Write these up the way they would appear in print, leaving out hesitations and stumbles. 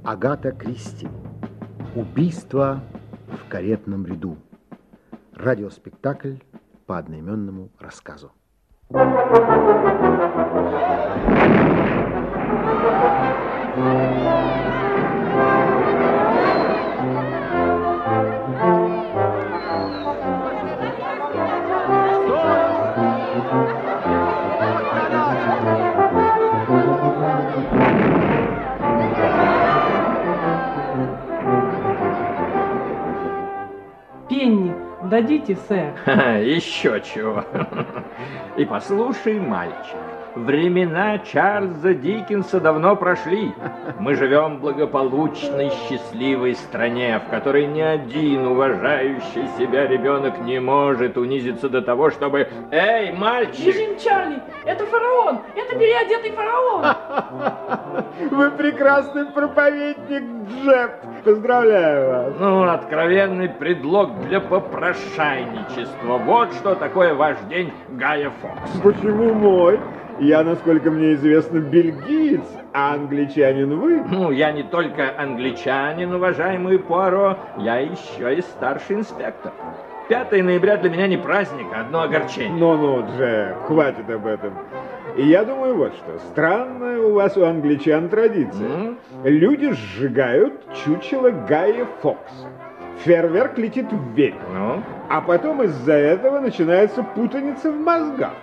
Агата Кристи. Убийство в каретном ряду. Радиоспектакль по одноименному рассказу. Пенни, дадите, сэр? Еще чего. И послушай, мальчик, времена Чарльза Диккенса давно прошли. Мы живем в благополучной, счастливой стране, в которой ни один уважающий себя ребенок не может унизиться до того, чтобы... Эй, мальчик! Бежим, Чарли! Это фараон! Это переодетый фараон! Вы прекрасный проповедник, Джеб! Поздравляю вас! Ну, откровенный предлог для попрошайничества. Вот что такое ваш день Гая Фокса. Почему мой? Я, насколько мне известно, бельгиец, а англичанин вы? Ну, я не только англичанин, уважаемый Пуаро, я еще и старший инспектор. 5 ноября для меня не праздник, а одно огорчение. Ну, Джек, хватит об этом. И я думаю вот что. Странная у вас, у англичан, традиция. Люди сжигают чучело Гая Фокса. Фейерверк летит вверх. А потом из-за этого начинается путаница в мозгах.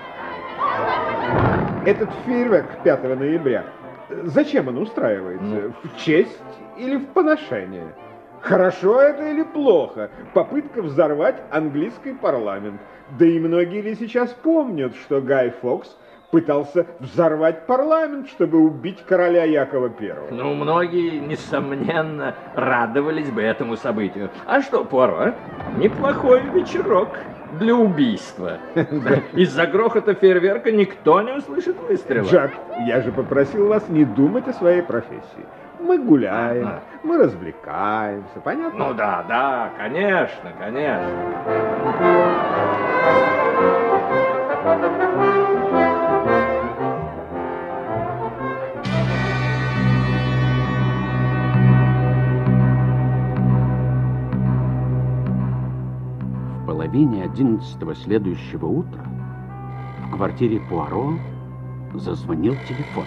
Этот фейерверк 5 ноября, зачем он устраивается? В честь или в поношение? Хорошо это или плохо? Попытка взорвать английский парламент. Да и многие ли сейчас помнят, что Гай Фокс пытался взорвать парламент, чтобы убить короля Якова I? Ну, многие, несомненно, радовались бы этому событию. А что, Пуаро, неплохой вечерок для убийства. Из-за грохота фейерверка никто не услышит выстрела. Джек, я же попросил вас не думать о своей профессии. Мы гуляем, мы развлекаемся, понятно? Ну да, конечно. В половине 11-го следующего утра в квартире Пуаро зазвонил телефон.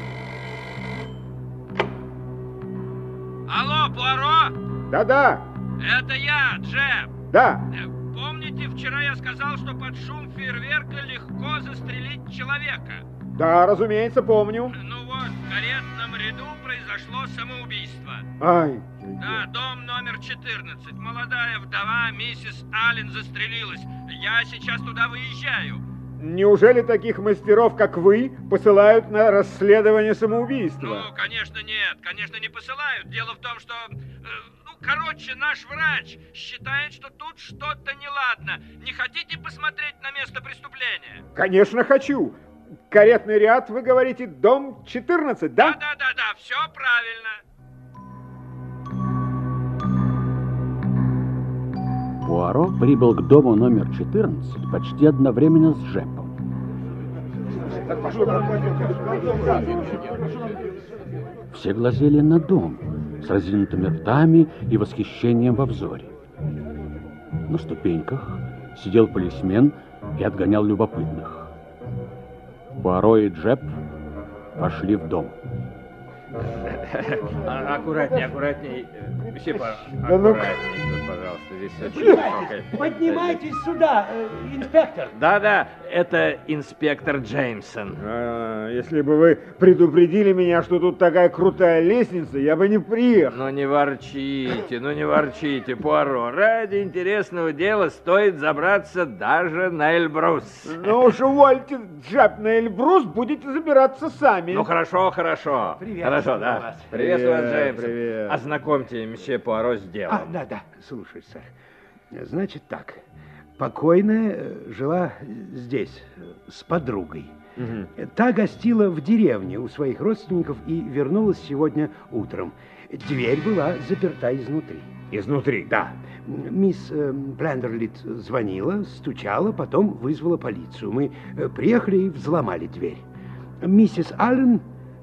Алло, Пуаро? Да. Это я, Джеб. Да. Помните, вчера я сказал, что под шум фейерверка легко застрелить человека? Да, разумеется, помню. Ну вот, в каретном ряду произошло самоубийство. Ай. Да, дом номер 14. Молодая вдова, миссис Аллен, застрелилась. Я сейчас туда выезжаю. Неужели таких мастеров, как вы, посылают на расследование самоубийства? Ну, конечно, нет. Конечно, не посылают. Дело в том, что... наш врач считает, что тут что-то неладно. Не хотите посмотреть на место преступления? Конечно, хочу. Каретный ряд, вы говорите, дом 14, да? Да, все правильно. Пуаро прибыл к дому номер 14 почти одновременно с Джепом. Все глазели на дом с разинутыми ртами и восхищением во взоре. На ступеньках сидел полисмен и отгонял любопытных. Пуаро и Джеп пошли в дом. Аккуратней. Месье Пуаро, аккуратней, пожалуйста, здесь очень... Поднимайтесь сюда, инспектор. Да, это инспектор Джеймсон. Если бы вы предупредили меня, что тут такая крутая лестница, я бы не приехал. Ну не ворчите, Пуаро. Ради интересного дела стоит забраться даже на Эльбрус. Ну уж увольте, Джеб, на Эльбрус будете забираться сами. Ну хорошо. Привет. Хорошо, да. Вас. Приветствую вас, Джеймсон. Привет. Ознакомьте месье Пуаро с делом. Да, слушай, сэр. Значит так, покойная жила здесь с подругой. Та гостила в деревне у своих родственников и вернулась сегодня утром. Дверь была заперта изнутри. Изнутри? Да. Мисс Плендерлит звонила, стучала, потом вызвала полицию. Мы приехали и взломали дверь. Миссис Аллен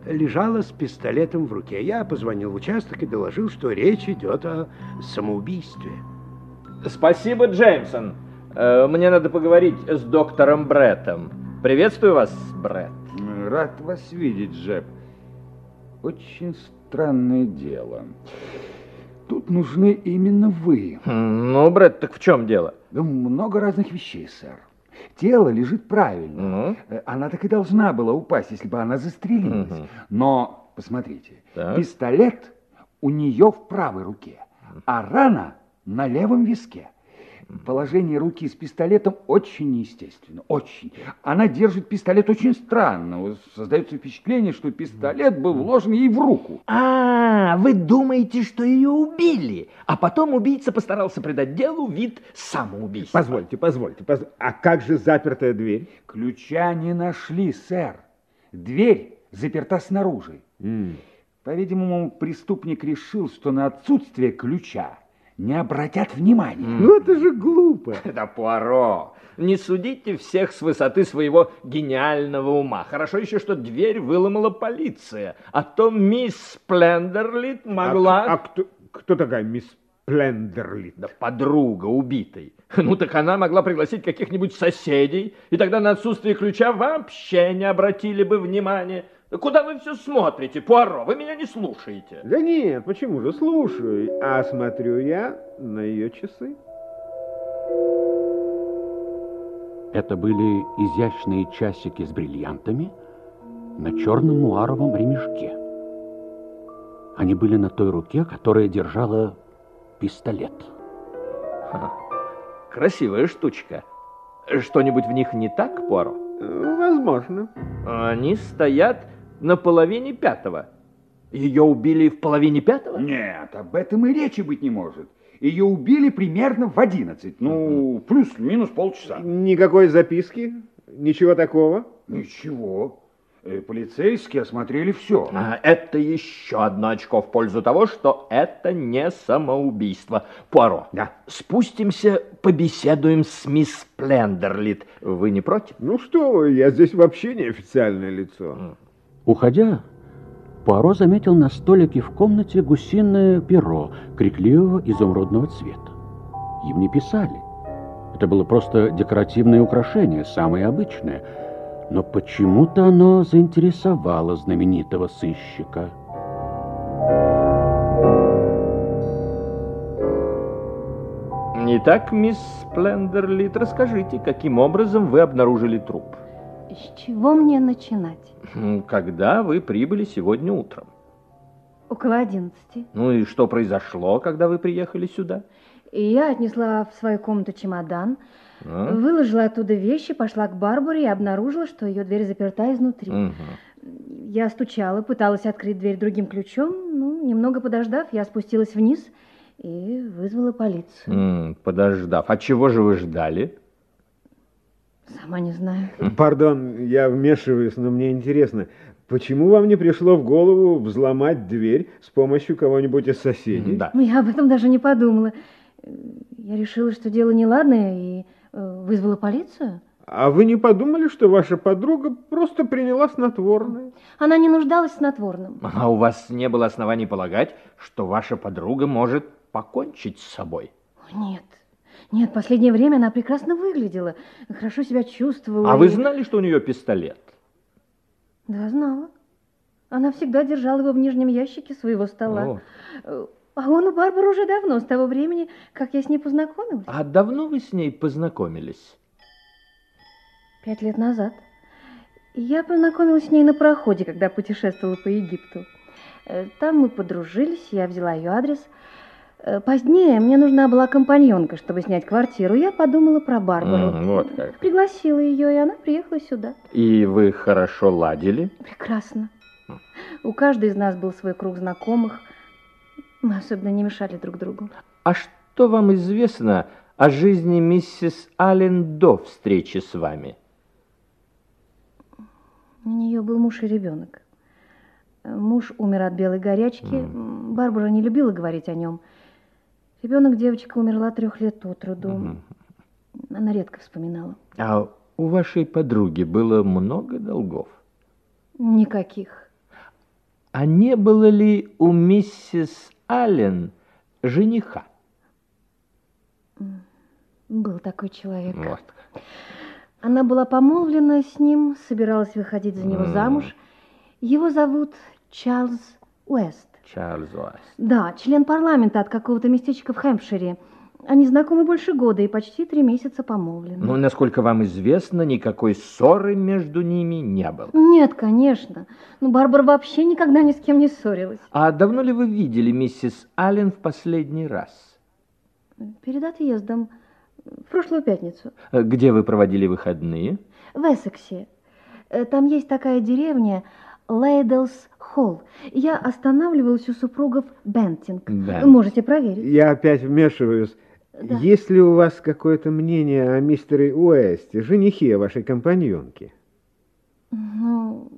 лежала с пистолетом в руке. Я позвонил в участок и доложил, что речь идет о самоубийстве. Спасибо, Джеймсон. Мне надо поговорить с доктором Бреттом. Приветствую вас, Бретт. Рад вас видеть, Джеб. Очень странное дело. Тут нужны именно вы. Ну, Бретт, так в чем дело? Много разных вещей, сэр. Тело лежит правильно. Она так и должна была упасть, если бы она застрелилась. Но, посмотрите, пистолет у нее в правой руке, а рана на левом виске. Положение руки с пистолетом очень неестественно, очень. Она держит пистолет очень странно. Создается впечатление, что пистолет был вложен ей в руку. Вы думаете, что ее убили, а потом убийца постарался придать делу вид самоубийства? Позвольте. А как же запертая дверь? Ключа не нашли, сэр. Дверь заперта снаружи. По-видимому, преступник решил, что на отсутствие ключа не обратят внимания. Ну, это же глупо. Да, Пуаро, не судите всех с высоты своего гениального ума. Хорошо еще, что дверь выломала полиция, а то мисс Сплендерлит могла... Кто такая мисс Сплендерлит? Да подруга убитой. Ну, так она могла пригласить каких-нибудь соседей, и тогда на отсутствие ключа вообще не обратили бы внимания. Куда вы все смотрите, Пуаро? Вы меня не слушаете. Да нет, почему же, слушаю. А смотрю я на ее часы. Это были изящные часики с бриллиантами на черном муаровом ремешке. Они были на той руке, которая держала пистолет. Красивая штучка. Что-нибудь в них не так, Пуаро? Возможно. Они стоят на половине пятого. Ее убили в половине пятого? Нет, об этом и речи быть не может. Ее убили примерно в 11. Ну, плюс-минус полчаса. Никакой записки? Ничего такого? Ничего. Полицейские осмотрели все. Это еще одно очко в пользу того, что это не самоубийство. Пуаро, да. Спустимся, побеседуем с мисс Сплендерлит. Вы не против? Ну что вы, я здесь вообще не официальное лицо. Уходя, Пуаро заметил на столике в комнате гусиное перо крикливого изумрудного цвета. Им не писали. Это было просто декоративное украшение, самое обычное. Но почему-то оно заинтересовало знаменитого сыщика. Итак, мисс Сплендерлит, расскажите, каким образом вы обнаружили труп? С чего мне начинать? Когда вы прибыли сегодня утром? Около 11. Ну и что произошло, когда вы приехали сюда? И я отнесла в свою комнату чемодан, выложила оттуда вещи, пошла к Барбаре и обнаружила, что ее дверь заперта изнутри. Я стучала, пыталась открыть дверь другим ключом. Ну, немного подождав, я спустилась вниз и вызвала полицию. Подождав. А чего же вы ждали? Сама не знаю. Пардон, я вмешиваюсь, но мне интересно, почему вам не пришло в голову взломать дверь с помощью кого-нибудь из соседей? Да. Ну, я об этом даже не подумала. Я решила, что дело неладное, и вызвала полицию. А вы не подумали, что ваша подруга просто приняла снотворное? Она не нуждалась в снотворном. А у вас не было оснований полагать, что ваша подруга может покончить с собой? Нет. Нет, в последнее время она прекрасно выглядела, хорошо себя чувствовала. А вы знали, что у нее пистолет? Да, знала. Она всегда держала его в нижнем ящике своего стола. А он у Барбары уже давно, с того времени, как я с ней познакомилась. А давно вы с ней познакомились? 5 лет назад. Я познакомилась с ней на пароходе, когда путешествовала по Египту. Там мы подружились, я взяла ее адрес. Позднее мне нужна была компаньонка, чтобы снять квартиру. Я подумала про Барбару. Вот как. Пригласила ее, и она приехала сюда. И вы хорошо ладили? Прекрасно. У каждой из нас был свой круг знакомых. Мы особенно не мешали друг другу. А что вам известно о жизни миссис Аллен до встречи с вами? У нее был муж и ребенок. Муж умер от белой горячки. Барбара не любила говорить о нем. Ребенок, девочка, умерла 3 лет от роду. Она редко вспоминала. А у вашей подруги было много долгов? Никаких. А не было ли у миссис Аллен жениха? Был такой человек. Вот. Она была помолвлена с ним, собиралась выходить за него замуж. Его зовут Чарльз Уэст. Чарльз Уэст. Да, член парламента от какого-то местечка в Хэмпшире. Они знакомы больше года и почти 3 месяца помолвлены. Ну, насколько вам известно, никакой ссоры между ними не было. Нет, конечно. Но Барбара вообще никогда ни с кем не ссорилась. А давно ли вы видели миссис Аллен в последний раз? Перед отъездом. В прошлую пятницу. Где вы проводили выходные? В Эссексе. Там есть такая деревня Лейдлс Холл. Я останавливалась у супругов Бентинг. Можете проверить. Я опять вмешиваюсь. Да. Есть ли у вас какое-то мнение о мистере Уэсте, женихе вашей компаньонки? Ну,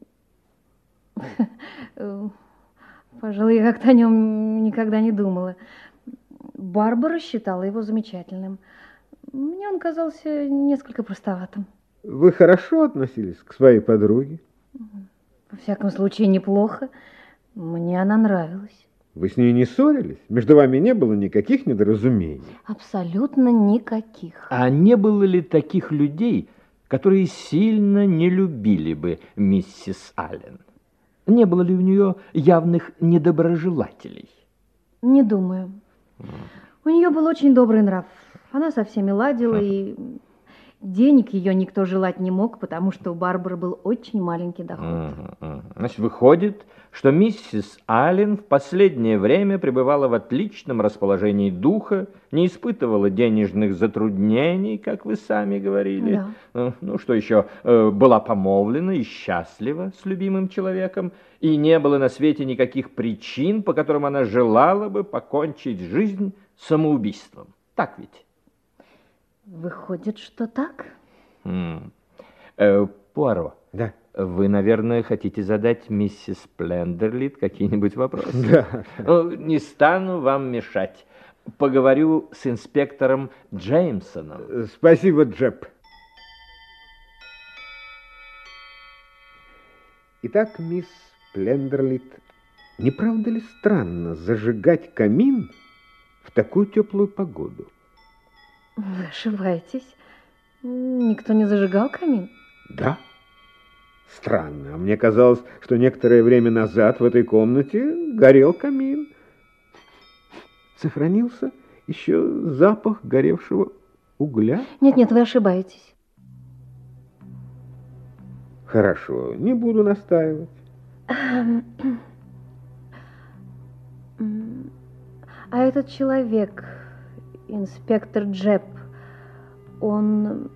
пожалуй, я как-то о нем никогда не думала. Барбара считала его замечательным. Мне он казался несколько простоватым. Вы хорошо относились к своей подруге? Во всяком случае, неплохо. Мне она нравилась. Вы с ней не ссорились? Между вами не было никаких недоразумений? Абсолютно никаких. А не было ли таких людей, которые сильно не любили бы миссис Аллен? Не было ли у нее явных недоброжелателей? Не думаю. У нее был очень добрый нрав. Она со всеми ладила, и денег ее никто желать не мог, потому что у Барбары был очень маленький доход. Значит, выходит, что миссис Аллен в последнее время пребывала в отличном расположении духа, не испытывала денежных затруднений, как вы сами говорили. Да. Ну, что еще, была помолвлена и счастлива с любимым человеком, и не было на свете никаких причин, по которым она желала бы покончить жизнь самоубийством. Так ведь? Выходит, что так? Пуаро. Да. Вы, наверное, хотите задать миссис Плендерлит какие-нибудь вопросы? Да. Ну, не стану вам мешать. Поговорю с инспектором Джеймсоном. Спасибо, Джеб. Итак, мисс Плендерлит, не правда ли странно зажигать камин в такую теплую погоду? Вы ошибаетесь. Никто не зажигал камин? Да. Странно. Мне казалось, что некоторое время назад в этой комнате горел камин. Сохранился еще запах горевшего угля. Нет, вы ошибаетесь. Хорошо, не буду настаивать. А этот человек, инспектор Джеб, он...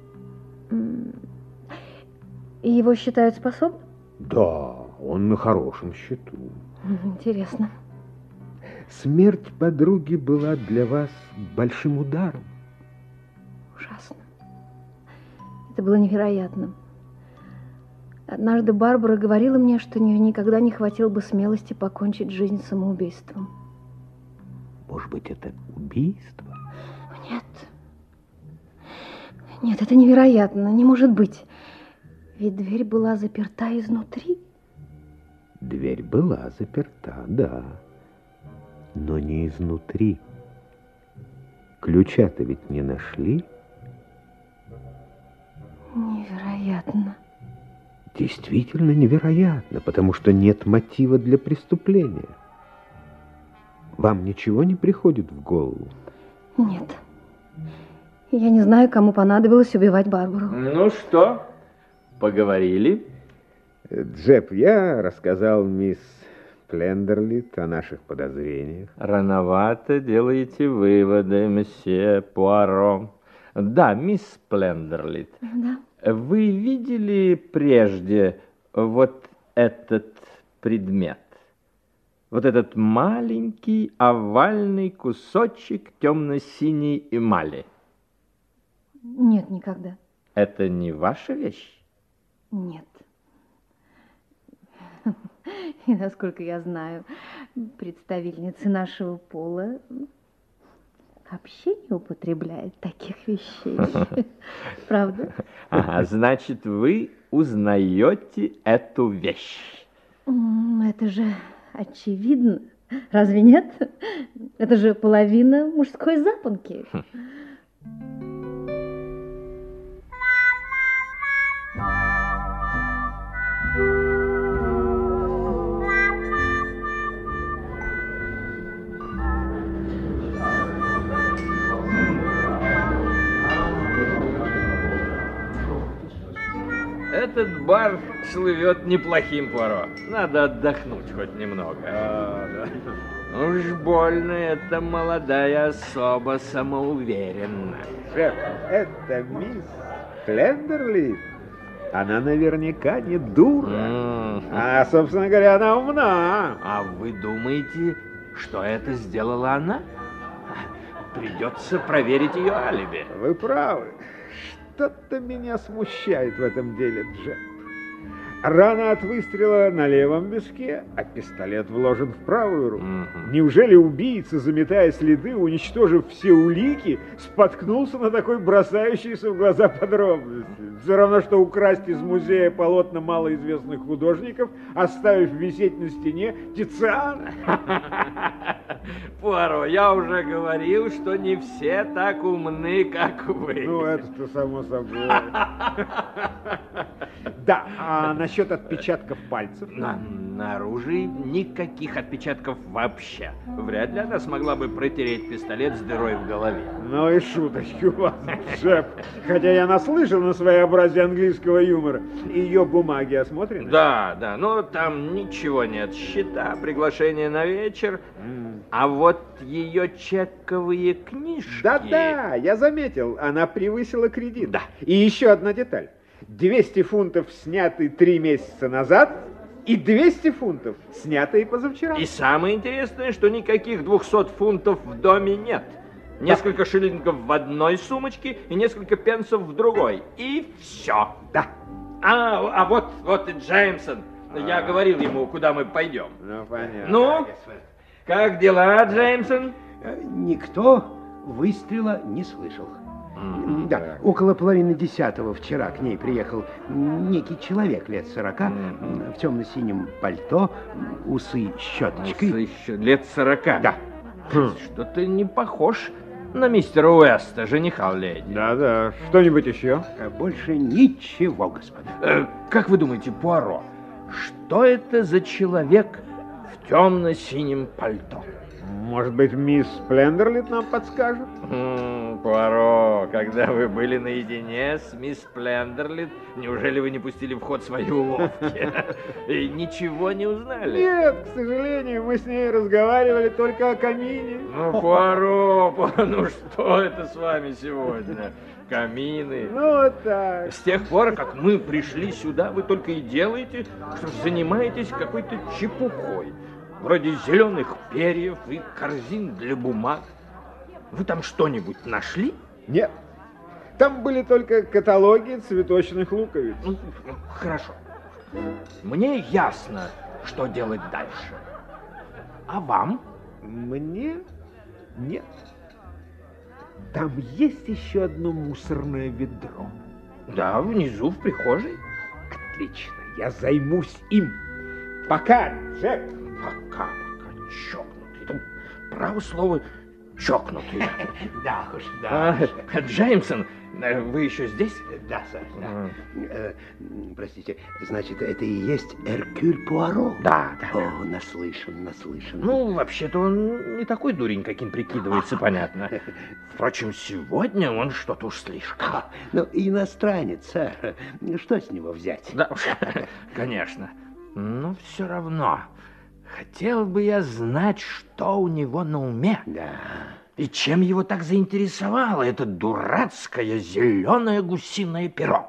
Его считают способным? Да, он на хорошем счету. Интересно. Смерть подруги была для вас большим ударом. Ужасно. Это было невероятно. Однажды Барбара говорила мне, что у нее никогда не хватило бы смелости покончить жизнь самоубийством. Может быть, это убийство? Нет. Нет, это невероятно, не может быть. Ведь дверь была заперта изнутри. Дверь была заперта, да. Но не изнутри. Ключа-то ведь не нашли. Невероятно. Действительно невероятно, потому что нет мотива для преступления. Вам ничего не приходит в голову? Нет. Я не знаю, кому понадобилось убивать Барбару. Ну что, поговорили? Джеб, я рассказал мисс Плендерлит о наших подозрениях. Рановато делаете выводы, месье Пуаро. Да, мисс Плендерлит. Да. Вы видели прежде вот этот предмет? Вот этот маленький овальный кусочек темно-синей эмали? Нет, никогда. Это не ваша вещь? Нет. И насколько я знаю, представительницы нашего пола вообще не употребляют таких вещей. Правда? Ага, значит, вы узнаете эту вещь. Это же Очевидно. Разве нет? Это же половина мужской запонки. Этот бар слывет неплохим, Пуаро. Надо отдохнуть хоть немного. Уж больно эта молодая особа самоуверенна. Шеф, это мисс Плендерли. Она наверняка не дура. А, собственно говоря, она умна. А вы думаете, что это сделала она? Придется проверить ее алиби. Вы правы. Что-то меня смущает в этом деле, Джек. Рана от выстрела на левом виске, а пистолет вложен в правую руку. Неужели убийца, заметая следы, уничтожив все улики, споткнулся на такой бросающейся в глаза подробности? Все равно, что украсть из музея полотна малоизвестных художников, оставив висеть на стене Тициана. Пуаро, я уже говорил, что не все так умны, как вы. Ну, это-то само собой. Да, а насчет отпечатков пальцев? На оружии никаких отпечатков вообще. Вряд ли она смогла бы протереть пистолет с дырой в голове. Ну и шуточки у вас, Джеб. Хотя я наслышан на своеобразие английского юмора. Ее бумаги осмотрены? Да, но там ничего нет. Счета, приглашение на вечер. А вот ее чековые книжки... Да, я заметил, она превысила кредит. Да. И еще одна деталь. 200 фунтов, снятые 3 месяца назад, и 200 фунтов, снятые позавчера. И самое интересное, что никаких 200 фунтов в доме нет. Несколько шиллингов в одной сумочке и несколько пенсов в другой. И все. Да. А вот и Джеймсон. Я говорил ему, куда мы пойдем. Ну, понятно. Ну, как дела, Джеймсон? Никто выстрела не слышал. Да, около 9:30 вчера к ней приехал некий человек лет 40, в темно-синем пальто, усы щеточкой. Лет 40? Да. Что-то не похож на мистера Уэста, жениха леди. Да, что-нибудь еще? Больше ничего, господа. Как вы думаете, Пуаро, что это за человек в темно-синем пальто? Может быть, мисс Плендерлит нам подскажет? Пуаро, когда вы были наедине с мисс Плендерлит, неужели вы не пустили в ход свои уловки? И ничего не узнали? Нет, к сожалению, мы с ней разговаривали только о камине. Ну, Пуаро, ну что это с вами сегодня? Камины. Ну, так. С тех пор, как мы пришли сюда, вы только и делаете, что занимаетесь какой-то чепухой. Вроде зеленых перьев и корзин для бумаг. Вы там что-нибудь нашли? Нет. Там были только каталоги цветочных луковиц. Ну, хорошо. Мне ясно, что делать дальше. А вам? Мне? Нет. Там есть еще одно мусорное ведро. Да, внизу, в прихожей. Отлично, я займусь им. Пока, Джек. Пока, чокнутый. Право слово, чокнутый. Да уж, да. Джеймсон, вы еще здесь? Да, сэр, да. Простите, значит, это и есть Эркюль Пуаро? Да. О, наслышан. Ну, вообще-то он не такой дурень, каким прикидывается, понятно. Впрочем, сегодня он что-то уж слишком. Ну, иностранец, сэр. Что с него взять? Да уж, конечно. Но все равно... Хотел бы я знать, что у него на уме. Да. И чем его так заинтересовало это дурацкое зеленое гусиное перо.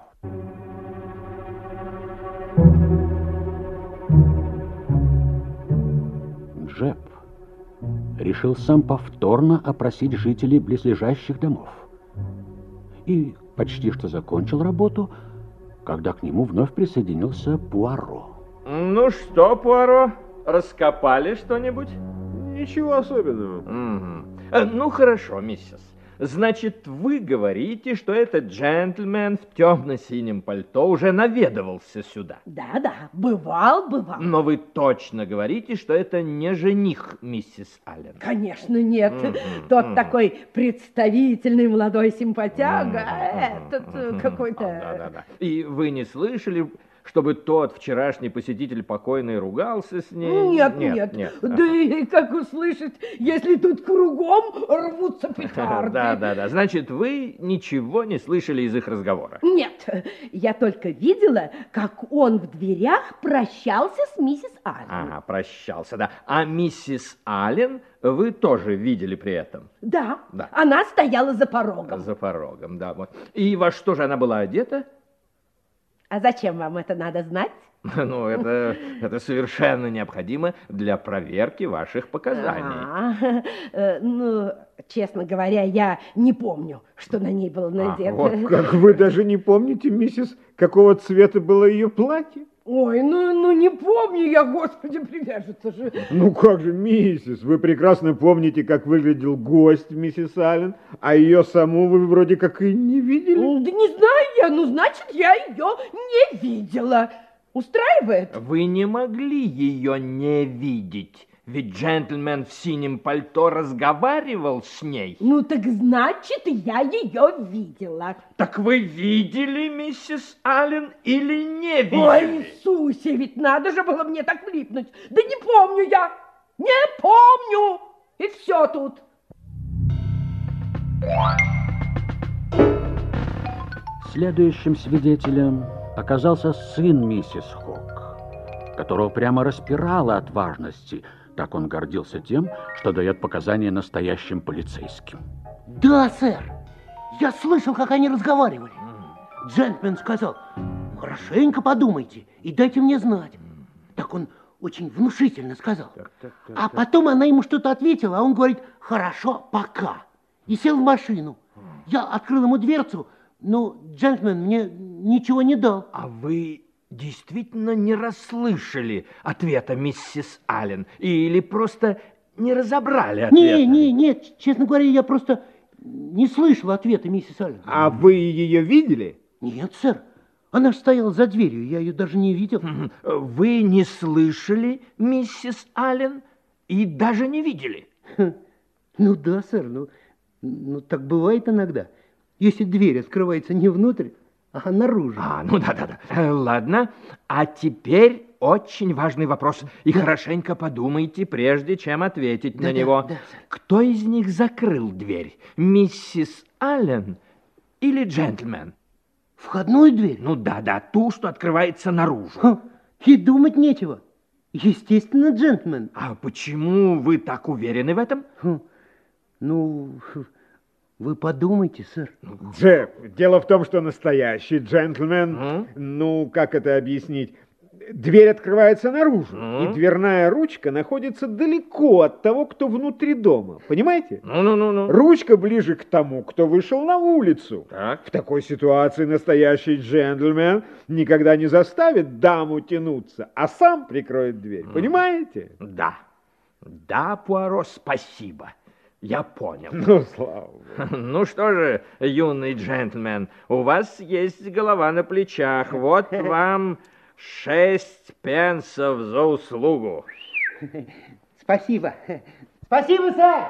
Джеб решил сам повторно опросить жителей близлежащих домов. И почти что закончил работу, когда к нему вновь присоединился Пуаро. Ну что, Пуаро? Раскопали что-нибудь? Ничего особенного. Ну, хорошо, миссис. Значит, вы говорите, что этот джентльмен в темно-синем пальто уже наведывался сюда? Да, бывал. Но вы точно говорите, что это не жених миссис Аллен? Конечно, нет. Тот такой представительный молодой симпатяга, этот какой-то... Да. И вы не слышали, чтобы тот вчерашний посетитель покойной ругался с ней? Нет. Да и как услышать, если тут кругом рвутся петарды? Да. Значит, вы ничего не слышали из их разговора? Нет, я только видела, как он в дверях прощался с миссис Аллен. Ага, прощался, да. А миссис Аллен вы тоже видели при этом? Да. Она стояла за порогом. За порогом, да. Вот. И во что же она была одета? А зачем вам это надо знать? Ну, это совершенно необходимо для проверки ваших показаний. Честно говоря, я не помню, что на ней было надето. Вот как вы даже не помните, миссис, какого цвета было ее платье? Ой, ну не помню я, господи, привяжется же. Ну как же, миссис, вы прекрасно помните, как выглядел гость миссис Аллен, а ее саму вы вроде как и не видели. Да не знаю я, значит, я ее не видела. Устраивает? Вы не могли ее не видеть, ведь джентльмен в синем пальто разговаривал с ней. Ну так значит, я ее видела. Так вы видели миссис Аллен или не видели? Ой, Иисусе, ведь надо же было мне так влипнуть. Да не помню я, не помню. И все тут. Следующим свидетелем оказался сын миссис Хок, которого прямо распирало от важности. Так он гордился тем, что дает показания настоящим полицейским. Да, сэр. Я слышал, как они разговаривали. Джентльмен сказал: хорошенько подумайте и дайте мне знать. Так он очень внушительно сказал. А потом она ему что-то ответила, а он говорит: хорошо, пока. И сел в машину. Я открыл ему дверцу, но джентльмен мне ничего не дал. А вы действительно не расслышали ответа миссис Аллен? Или просто не разобрали ответа? Нет, честно говоря, я просто не слышал ответа миссис Аллен. А вы ее видели? Нет, сэр. Она же стояла за дверью, я ее даже не видел. Вы не слышали миссис Аллен и даже не видели? Ну да, сэр, ну так бывает иногда. Если дверь открывается не внутрь, а наружу. Ну да. Ладно, а теперь очень важный вопрос. И хорошенько подумайте, прежде чем ответить на него. Да, кто из них закрыл дверь? Миссис Аллен или джентльмен? Входную дверь? Ну да, ту, что открывается наружу. И думать нечего. Естественно, джентльмен. А почему вы так уверены в этом? Вы подумайте, сэр. Джеб, дело в том, что настоящий джентльмен, как это объяснить, дверь открывается наружу, и дверная ручка находится далеко от того, кто внутри дома. Понимаете? Ручка ближе к тому, кто вышел на улицу. Так. В такой ситуации настоящий джентльмен никогда не заставит даму тянуться, а сам прикроет дверь. Понимаете? Да, Пуаро, спасибо. Я понял. Слава Богу. Ну что же, юный джентльмен, у вас есть голова на плечах. Вот вам 6 пенсов за услугу. Спасибо. Спасибо, сэр.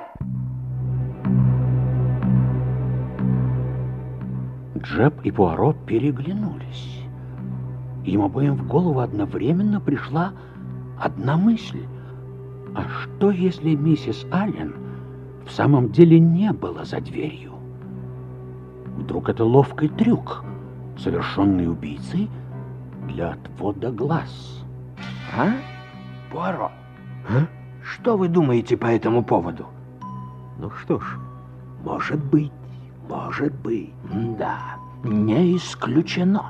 Джеб и Пуаро переглянулись. Им обоим в голову одновременно пришла одна мысль. А что, если миссис Аллен в самом деле не было за дверью? Вдруг это ловкий трюк, совершенный убийцей для отвода глаз? Пуаро, что вы думаете по этому поводу? Ну что ж, может быть. Да, не исключено.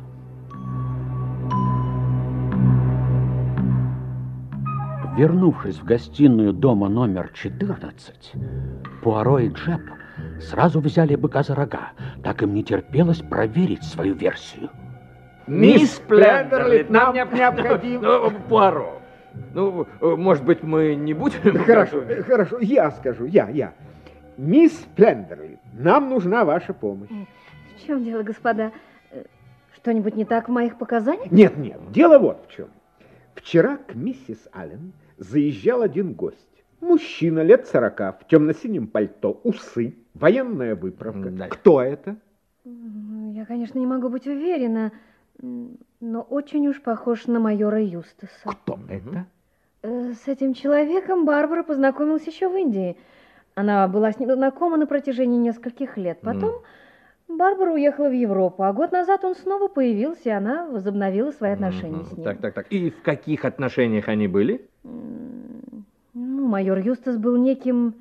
Вернувшись в гостиную дома номер 14, Пуаро и Джеб сразу взяли быка за рога. Так им не терпелось проверить свою версию. Мисс Плендерлит, нам необходимо... Пуаро, может быть, мы не будем... Хорошо, я скажу, я. Мисс Плендерли, нам нужна ваша помощь. В чем дело, господа? Что-нибудь не так в моих показаниях? Нет, дело вот в чем. Вчера к миссис Аллен заезжал один гость. Мужчина лет 40, в темно-синем пальто, усы, военная выправка. Да. Кто это? Я, конечно, не могу быть уверена, но очень уж похож на майора Юстаса. Кто это? С этим человеком Барбара познакомилась еще в Индии. Она была с ним знакома на протяжении нескольких лет. Потом Барбара уехала в Европу, а год назад он снова появился, и она возобновила свои отношения с ним. Так. И в каких отношениях они были? Ну, майор Юстас был неким...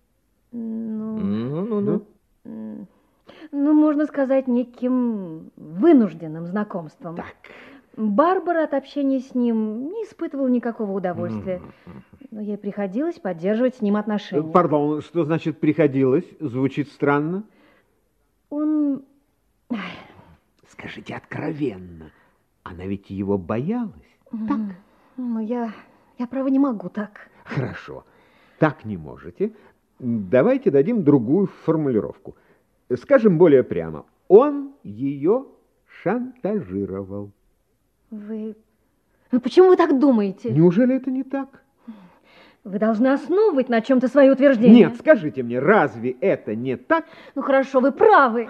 Ну, можно сказать, неким вынужденным знакомством. Так. Барбара от общения с ним не испытывала никакого удовольствия, но ей приходилось поддерживать с ним отношения. Пардон, что значит приходилось? Звучит странно. Он... Скажите откровенно, она ведь его боялась, так? Ну, я право не могу так. Хорошо, так не можете. Давайте дадим другую формулировку. Скажем более прямо, он ее шантажировал. Вы почему вы так думаете? Неужели это не так? Вы должны основывать на чем-то свои утверждения. Нет, скажите мне, разве это не так? Ну хорошо, вы правы.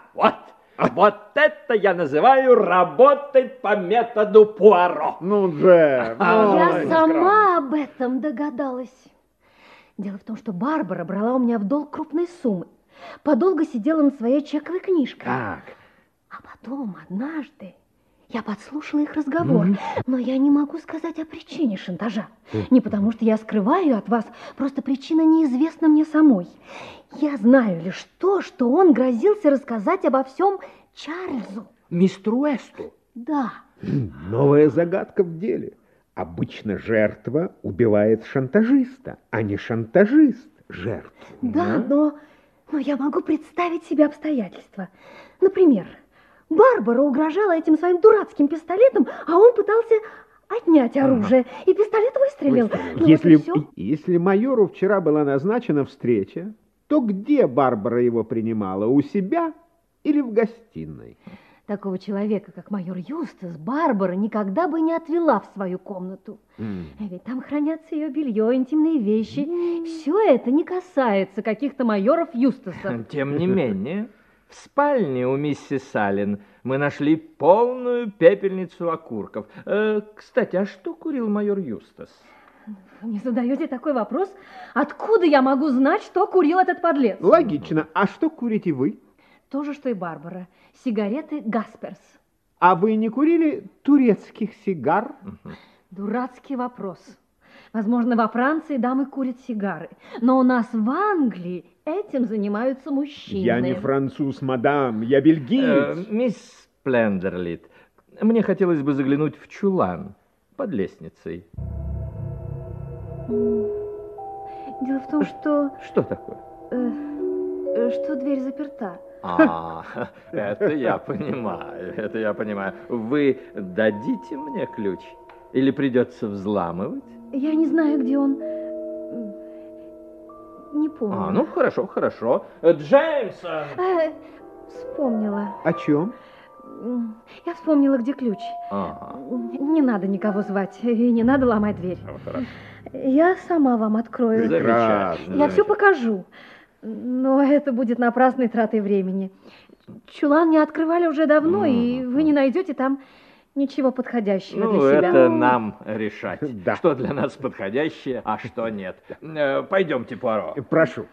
Вот это я называю работать по методу Пуаро. Ну, Джем. Я сама об этом догадалась. Дело в том, что Барбара брала у меня в долг крупные суммы. Подолго сидела над своей чековой книжкой. Так. А потом однажды я подслушала их разговор, но я не могу сказать о причине шантажа. Не потому, что я скрываю ее от вас, просто причина неизвестна мне самой. Я знаю лишь то, что он грозился рассказать обо всем Чарльзу. Мистеру Уэсту? Да. Новая загадка в деле. Обычно жертва убивает шантажиста, а не шантажист жертву. Да, но я могу представить себе обстоятельства. Например, Барбара угрожала этим своим дурацким пистолетом, а он пытался отнять оружие, и пистолет выстрелил. Если майору вчера была назначена встреча, то где Барбара его принимала? У себя или в гостиной? Такого человека, как майор Юстас, Барбара никогда бы не отвела в свою комнату. Ведь там хранятся ее белье, интимные вещи. Все это не касается каких-то майоров Юстаса. Тем не менее, в спальне у миссис Аллен мы нашли полную пепельницу окурков. Кстати, а что курил майор Юстас? Вы мне задаете такой вопрос? Откуда я могу знать, что курил этот подлец? Логично. А что курите вы? То же, что и Барбара. Сигареты Гасперс. А вы не курили турецких сигар? Дурацкий вопрос. Возможно, во Франции дамы курят сигары, но у нас в Англии этим занимаются мужчины. Я не француз, мадам, я бельгиец. Мисс Плендерлит, мне хотелось бы заглянуть в чулан под лестницей. Дело в том, что... Что такое? Что дверь заперта. Это я понимаю. Вы дадите мне ключ? Или придется взламывать? Я не знаю, где он. Не помню. Ну, хорошо. Джеймсон! Вспомнила. О чем? Я вспомнила, где ключ. Не надо никого звать, и не надо ломать дверь. Хорошо. Я сама вам открою. Замечательно. Я все покажу. Но это будет напрасной тратой времени. Чулан не открывали уже давно, и вы не найдете там ничего подходящего для себя. Это нам решать, что для нас подходящее, а что нет. Пойдемте, Пуаро. Прошу.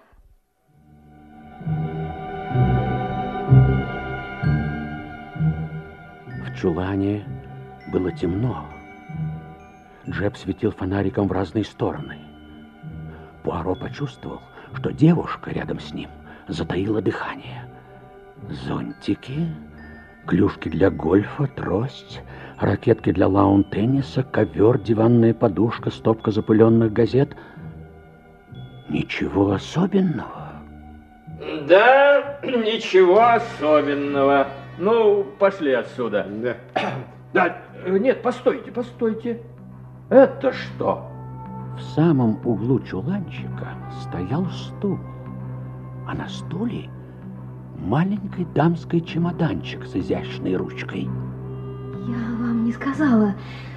В чулане было темно. Джеб светил фонариком в разные стороны. Пуаро почувствовал, что девушка рядом с ним затаила дыхание. Зонтики, клюшки для гольфа, трость, ракетки для лаун-тенниса, ковер, диванная подушка, стопка запыленных газет. Ничего особенного. Да, ничего особенного. Ну, пошли отсюда. Нет, постойте. Это что? В самом углу чуланчика стоял стул. а на стуле маленький дамский чемоданчик с изящной ручкой. Я вам не сказала.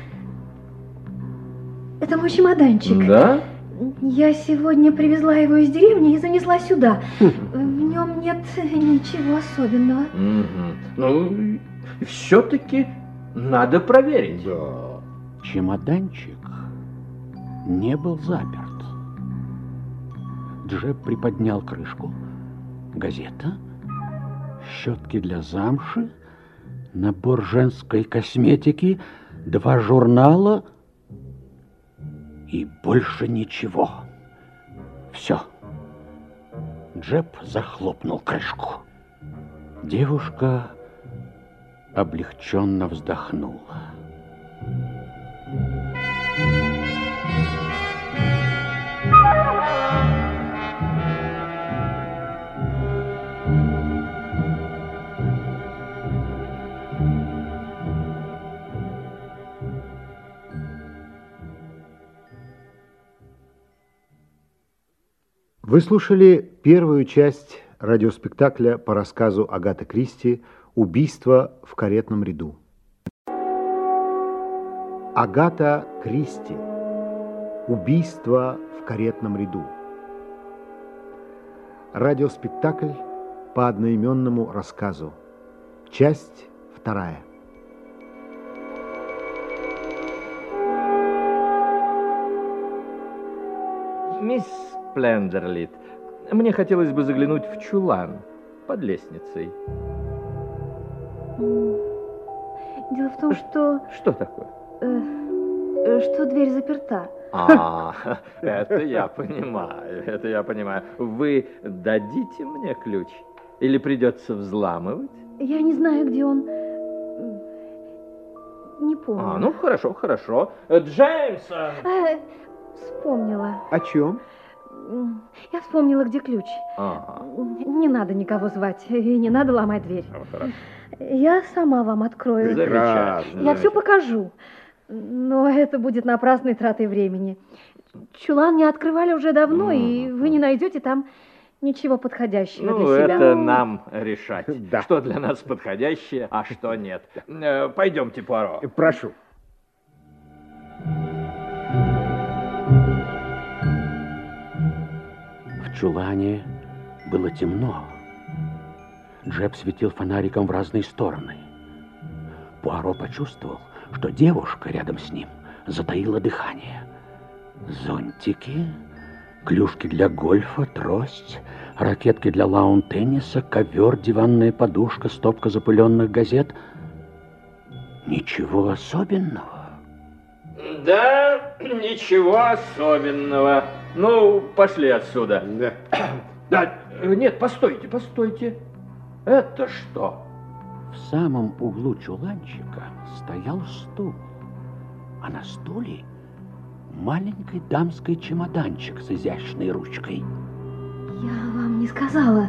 Это мой чемоданчик. Да? Я сегодня привезла его из деревни и занесла сюда. В нем нет ничего особенного. Ну, все-таки надо проверить. Да. Чемоданчик не был заперт. Джеб приподнял крышку. Газета, щетки для замши, набор женской косметики, 2 журнала и больше ничего. Все. Джеб захлопнул крышку. Девушка облегченно вздохнула. Вы слушали первую часть радиоспектакля по рассказу Агаты Кристи «Убийство в каретном ряду». Агата Кристи. «Убийство в каретном ряду». Радиоспектакль по одноименному рассказу. Часть 2. Мисс Плендерлит, мне хотелось бы заглянуть в чулан под лестницей. Дело в том, что... Что такое? Что дверь заперта. Это я понимаю. Вы дадите мне ключ? Или придется взламывать? Я не знаю, где он. Не помню. Ну хорошо. Джеймсон! Вспомнила. О чем? Я вспомнила, где ключ. Не надо никого звать, и не надо ломать дверь. Я сама вам открою. Замечательно. Я все покажу. Но это будет напрасной тратой времени. Чулан не открывали уже давно, и вы не найдете там ничего подходящего для себя. Это нам решать, что для нас подходящее, а что нет. Пойдемте, Пуаро. Прошу. В чулане было темно. Джеб светил фонариком в разные стороны. Пуаро почувствовал, что девушка рядом с ним затаила дыхание. Зонтики, клюшки для гольфа, трость, ракетки для лаун-тенниса, ковер, диванная подушка, стопка запыленных газет. Ничего особенного. Да, ничего особенного. Ну, пошли отсюда. Да, нет, постойте. Это что? В самом углу чуланчика стоял стул, а на стуле маленький дамский чемоданчик с изящной ручкой. Я вам не сказала.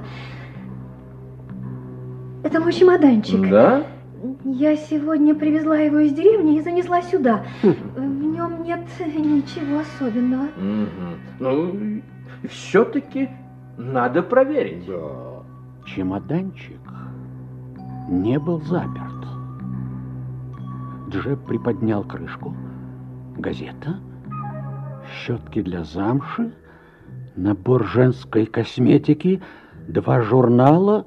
Это мой чемоданчик. Да? Я сегодня привезла его из деревни и занесла сюда. В нем нет ничего особенного. Ну, все-таки надо проверить. Да. Чемоданчик не был заперт. Джеб приподнял крышку. Газета, щетки для замши, набор женской косметики, 2 журнала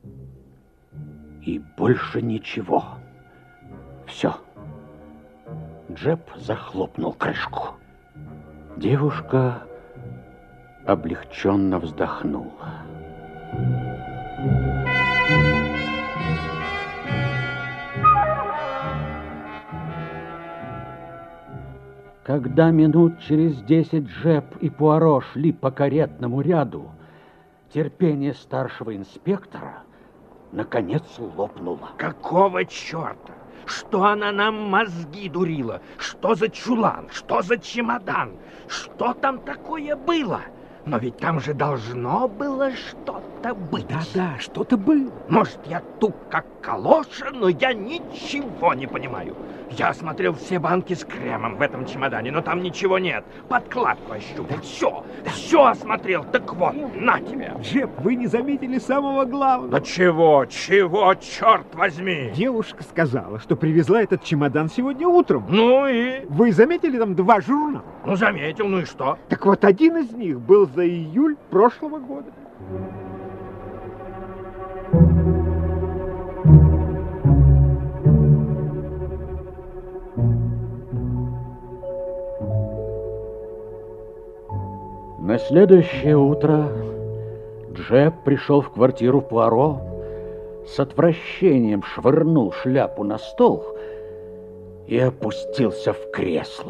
и больше ничего. Все. Джеб захлопнул крышку. Девушка облегченно вздохнула. Когда минут через 10 Джеб и Пуаро шли по каретному ряду, терпение старшего инспектора наконец лопнуло. Какого черта? Что она нам мозги дурила? Что за чулан? Что за чемодан? Что там такое было? Но ведь там же должно было что-то что-то быть. Да, что-то было. Может, я туп как калоша, но я ничего не понимаю. Я осмотрел все банки с кремом в этом чемодане, но там ничего нет. Подкладку ощупал, все осмотрел. Так вот, на тебе. Джеб, вы не заметили самого главного. Да чего, черт возьми? Девушка сказала, что привезла этот чемодан сегодня утром. Ну и? Вы заметили там 2 журнала? Ну, заметил, ну и что? Так вот, один из них был за июль прошлого года. На следующее утро Джеб пришел в квартиру Пуаро, с отвращением швырнул шляпу на стол и опустился в кресло.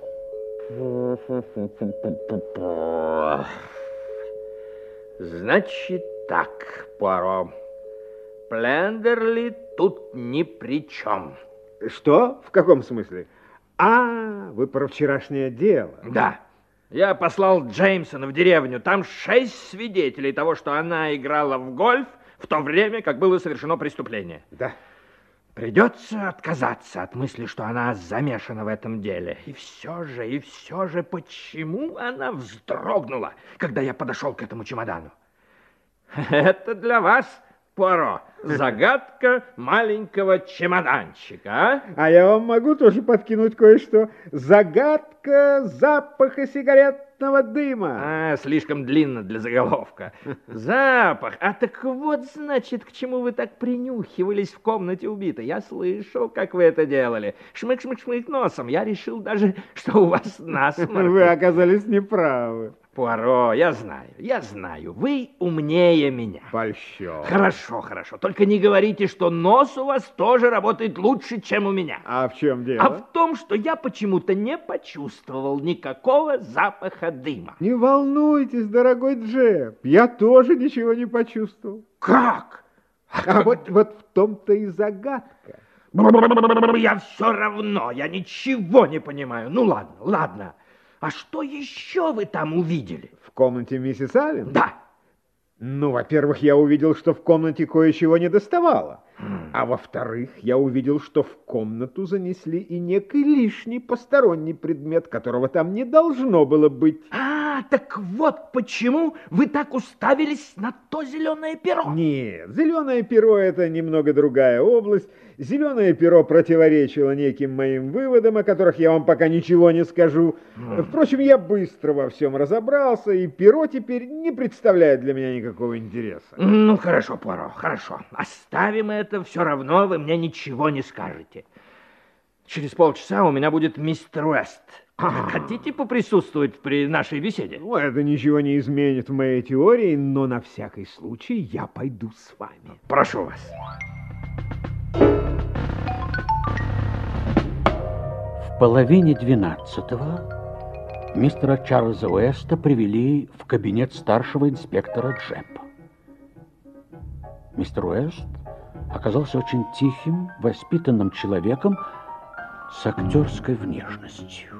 Значит так, Пуаро, Плендерли тут ни при чем. Что? В каком смысле? Вы про вчерашнее дело. Да. Я послал Джеймсона в деревню. Там 6 свидетелей того, что она играла в гольф в то время, как было совершено преступление. Да. Придется отказаться от мысли, что она замешана в этом деле. И все же, почему она вздрогнула, когда я подошел к этому чемодану? Это для вас, Пуаро, загадка маленького чемоданчика, А я вам могу тоже подкинуть кое-что. Загадка запаха сигаретного дыма. Слишком длинно для заголовка. Запах. Так вот, значит, к чему вы так принюхивались в комнате убитой. Я слышал, как вы это делали. Шмык-шмык-шмык носом. Я решил даже, что у вас насморк. Вы оказались неправы. Пуаро, я знаю, вы умнее меня. Польщен. Хорошо. Только не говорите, что нос у вас тоже работает лучше, чем у меня. А в чем дело? А в том, что я почему-то не почувствовал никакого запаха дыма. Не волнуйтесь, дорогой Джеб, я тоже ничего не почувствовал. Как? Вот в том-то и загадка. Я все равно, я ничего не понимаю. Ну ладно. А что еще вы там увидели? В комнате миссис Аллен? Да. Ну, во-первых, я увидел, что в комнате кое-чего не доставало. А во-вторых, я увидел, что в комнату занесли и некий лишний посторонний предмет, которого там не должно было быть. Так вот почему вы так уставились на то зеленое перо. Нет, зеленое перо — это немного другая область. Зеленое перо противоречило неким моим выводам, о которых я вам пока ничего не скажу. Впрочем, я быстро во всем разобрался, и перо теперь не представляет для меня никакого интереса. Ну, хорошо, Пуаро, хорошо. Оставим это, все равно вы мне ничего не скажете. Через полчаса у меня будет мистер Уэст. Хотите поприсутствовать при нашей беседе? Ну, это ничего не изменит в моей теории, но на всякий случай я пойду с вами. Прошу вас. В половине 12-го мистера Чарльза Уэста привели в кабинет старшего инспектора Джепа. Мистер Уэст оказался очень тихим, воспитанным человеком с актерской внешностью.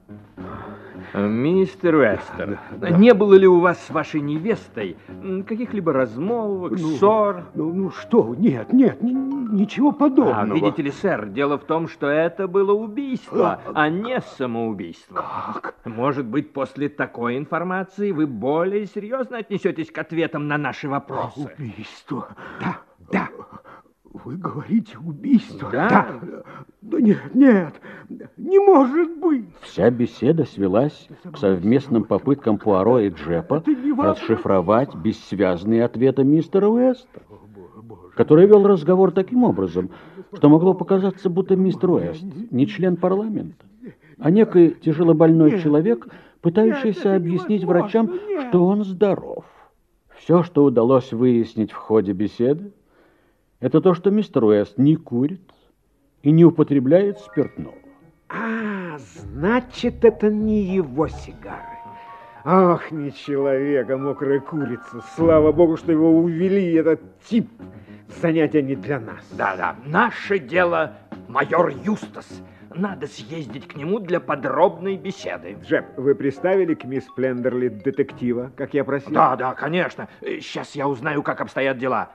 Мистер Уэстер, не было ли у вас с вашей невестой каких-либо размолвок, ссор? Что? Нет, ничего подобного. Видите ли, сэр, дело в том, что это было убийство, а не самоубийство. Как? Может быть, после такой информации вы более серьезно отнесетесь к ответам на наши вопросы? Убийство? Да. Вы говорите убийство? Да. Да нет, не может быть. Вся беседа свелась к совместным попыткам Пуаро и Джепа расшифровать бессвязные ответы мистера Уэста, который вел разговор таким образом, что могло показаться, будто мистер Уэст не член парламента, а некий тяжелобольной человек, пытающийся объяснить врачам, что он здоров. Все, что удалось выяснить в ходе беседы, это то, что мистер Уэст не курит и не употребляет спиртного. Значит, это не его сигары. Ах, не человек, а мокрая курица. Слава богу, что его увели, этот тип. Занятие не для нас. Да, наше дело, майор Юстас. надо съездить к нему для подробной беседы. Джеб, вы приставили к мисс Плендерли детектива, как я просил? Да, конечно. Сейчас я узнаю, как обстоят дела.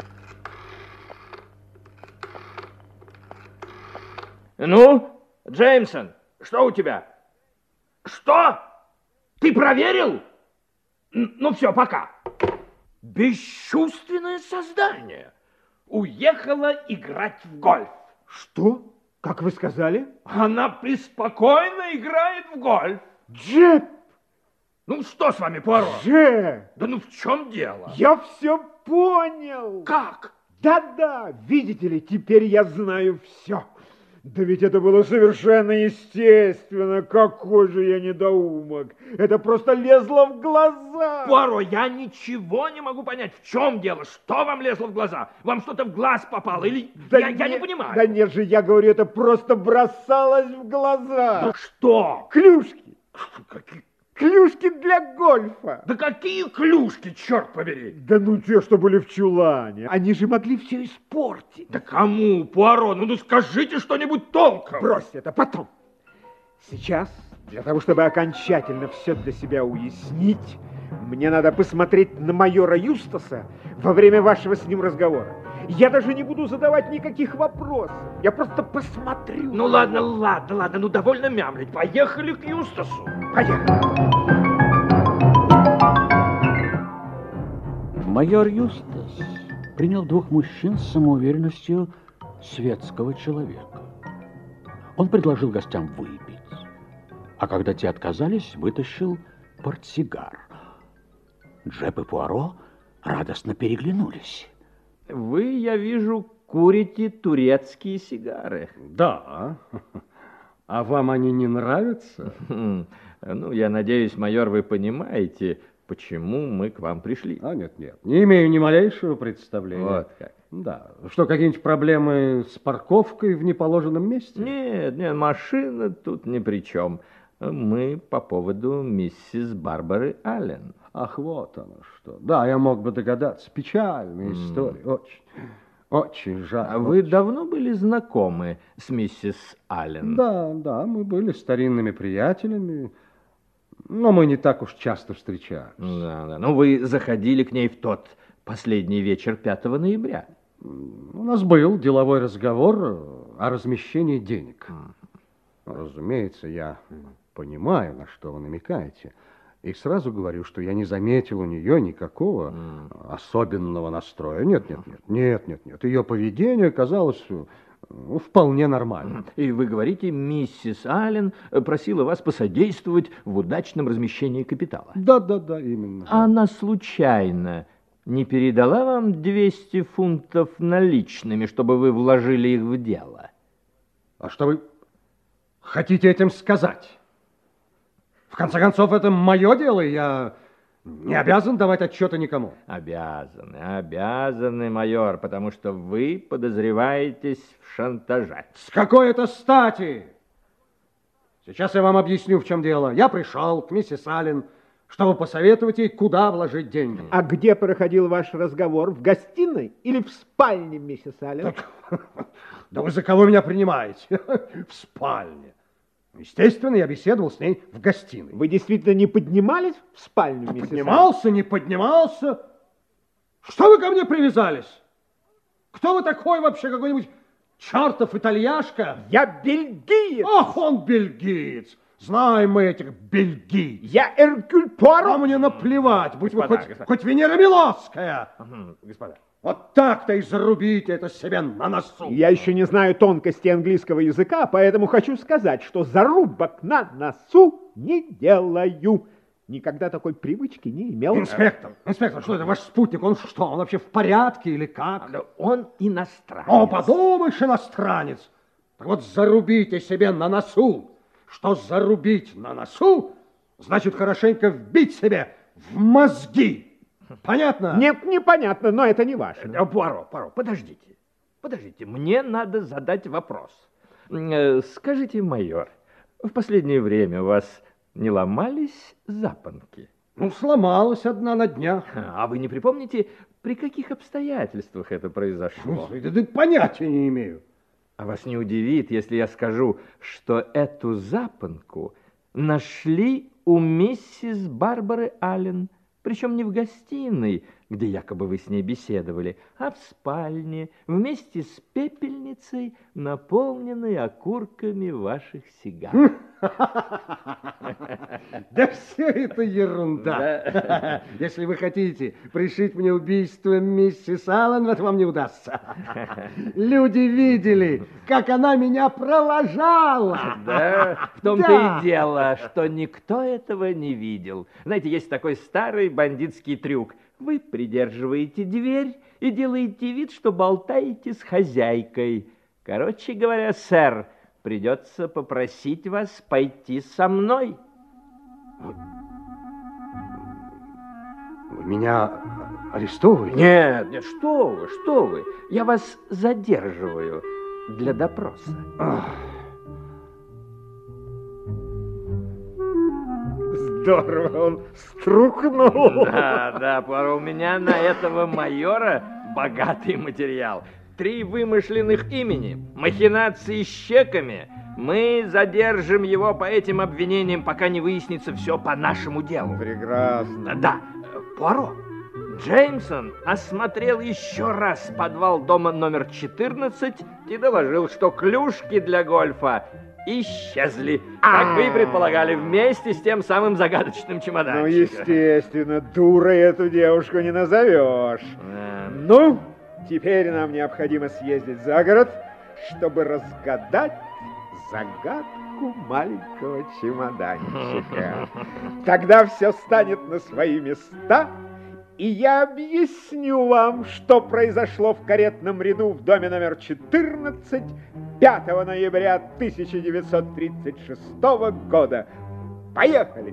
Ну, Джеймсон, что у тебя? Что? Ты проверил? Ну все, пока. Бесчувственное создание уехала играть в гольф. Что? Как вы сказали? Она преспокойно играет в гольф. Джеб! Ну что с вами, Пуаро? Джеб! Да ну в чем дело? Я все понял. Как? Да-да, видите ли, теперь я знаю все. Да ведь это было совершенно естественно. Какой же я недоумок. Это просто лезло в глаза. Пуаро, я ничего не могу понять. В чем дело? Что вам лезло в глаза? Вам что-то в глаз попало? Или да я не понимаю. Да нет же, я говорю, это просто бросалось в глаза. Да что? Клюшки. Клюшки для гольфа. Да какие клюшки, черт побери? Да ну те, что были в чулане. Они же могли все испортить. Да кому, Пуаро? Ну скажите что-нибудь толком. Брось это потом. Сейчас, для того, чтобы окончательно все для себя уяснить, мне надо посмотреть на майора Юстаса во время вашего с ним разговора. Я даже не буду задавать никаких вопросов. Я просто посмотрю. Ну ладно, ну довольно мямлить. Поехали к Юстасу. Поехали. Майор Юстас принял двух мужчин с самоуверенностью светского человека. Он предложил гостям выпить, а когда те отказались, вытащил портсигар. Джеб и Пуаро радостно переглянулись. Вы, я вижу, курите турецкие сигары. Да. А вам они не нравятся? Ну, я надеюсь, майор, вы понимаете, почему мы к вам пришли. Нет, не имею ни малейшего представления. Вот как. Да. Что, какие-нибудь проблемы с парковкой в неположенном месте? Нет, машина тут ни при чем. Мы по поводу миссис Барбары Аллен. Ах, вот оно что. Да, я мог бы догадаться. Печальная история. Очень жаль. А вы давно были знакомы с миссис Аллен? Да, мы были старинными приятелями, но мы не так уж часто встречались. Да. Ну, вы заходили к ней в тот последний вечер 5 ноября. У нас был деловой разговор о размещении денег. Разумеется, я понимаю, на что вы намекаете. И сразу говорю, что я не заметил у нее никакого особенного настроя. Нет. Ее поведение казалось вполне нормальным. И вы говорите, миссис Аллен просила вас посодействовать в удачном размещении капитала. Да, именно. Она случайно не передала вам 200 фунтов наличными, чтобы вы вложили их в дело? А что вы хотите этим сказать? В конце концов, это мое дело, и я не обязан давать отчета никому. Обязаны, майор, потому что вы подозреваетесь в шантаже. С какой это стати? Сейчас я вам объясню, в чем дело. Я пришел к миссис Аллен, чтобы посоветовать ей, куда вложить деньги. А где проходил ваш разговор? В гостиной или в спальне, миссис Аллен? Да вы за кого меня принимаете? В спальне. Естественно, я беседовал с ней в гостиной. Вы действительно не поднимались в спальню, миссис Аллен? Не поднимался. Что вы ко мне привязались? Кто вы такой вообще, какой-нибудь чертов итальяшка? Я бельгиец. Ах, он бельгиец. Знаем мы этих бельгийцев. Я Эркюль Пуаро. А мне наплевать, будь вы хоть Венера Милосская. Господа. Вот так-то и зарубите это себе на носу. Я еще не знаю тонкости английского языка, поэтому хочу сказать, что зарубок на носу не делаю. Никогда такой привычки не имел. Инспектор, что это, ваш спутник? Он что, он вообще в порядке или как? Да он иностранец. О, подумаешь, иностранец. Так вот зарубите себе на носу. Что зарубить на носу, значит хорошенько вбить себе в мозги. Понятно? Нет, непонятно, но это не ваше. Пуаро, подождите, мне надо задать вопрос. Скажите, майор, в последнее время у вас не ломались запонки? Ну, сломалась одна на днях. А вы не припомните, при каких обстоятельствах это произошло? Да понятия не имею. А вас не удивит, если я скажу, что эту запонку нашли у миссис Барбары Аллен, причем не в гостиной, где якобы вы с ней беседовали, а в спальне вместе с пепельницей, наполненной окурками ваших сигар. Да все это ерунда. Если вы хотите пришить мне убийство миссис Аллен, это вам не удастся. Люди видели, как она меня провожала. Да, в том-то и дело, что никто этого не видел. Знаете, есть такой старый бандитский трюк. Вы придерживаете дверь и делаете вид, что болтаете с хозяйкой. Короче говоря, сэр, придется попросить вас пойти со мной. Вы меня арестовываете? Нет, нет, что вы. Я вас задерживаю для допроса. Здорово, он струхнул. Да, Пуаро, у меня на этого майора богатый материал. 3 вымышленных имени, махинации с чеками. Мы задержим его по этим обвинениям, пока не выяснится все по нашему делу. Прекрасно. Да, Пуаро, Джеймсон осмотрел еще раз подвал дома номер 14 и доложил, что клюшки для гольфа исчезли, как вы и предполагали, вместе с тем самым загадочным чемоданчиком. Ну, естественно, дурой эту девушку не назовешь. Ну, теперь нам необходимо съездить за город, чтобы разгадать загадку маленького чемоданчика. Тогда все станет на свои места, и я объясню вам, что произошло в каретном ряду в доме номер 14 5 ноября 1936 года. Поехали!